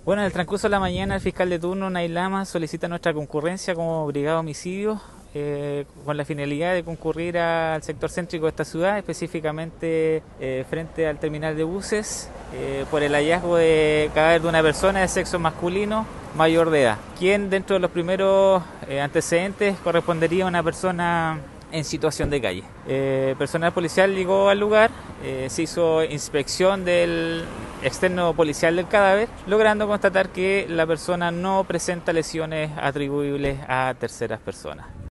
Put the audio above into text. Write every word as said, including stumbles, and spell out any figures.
Bueno, en el transcurso de la mañana el fiscal de turno, Nay Lama, solicita nuestra concurrencia como brigada de homicidios eh, con la finalidad de concurrir al sector céntrico de esta ciudad, específicamente eh, frente al terminal de buses, eh, por el hallazgo de cadáver de una persona de sexo masculino mayor de edad, quien dentro de los primeros eh, antecedentes correspondería a una persona en situación de calle. Eh, personal policial llegó al lugar, eh, se hizo inspección del externo policial del cadáver, logrando constatar que la persona no presenta lesiones atribuibles a terceras personas.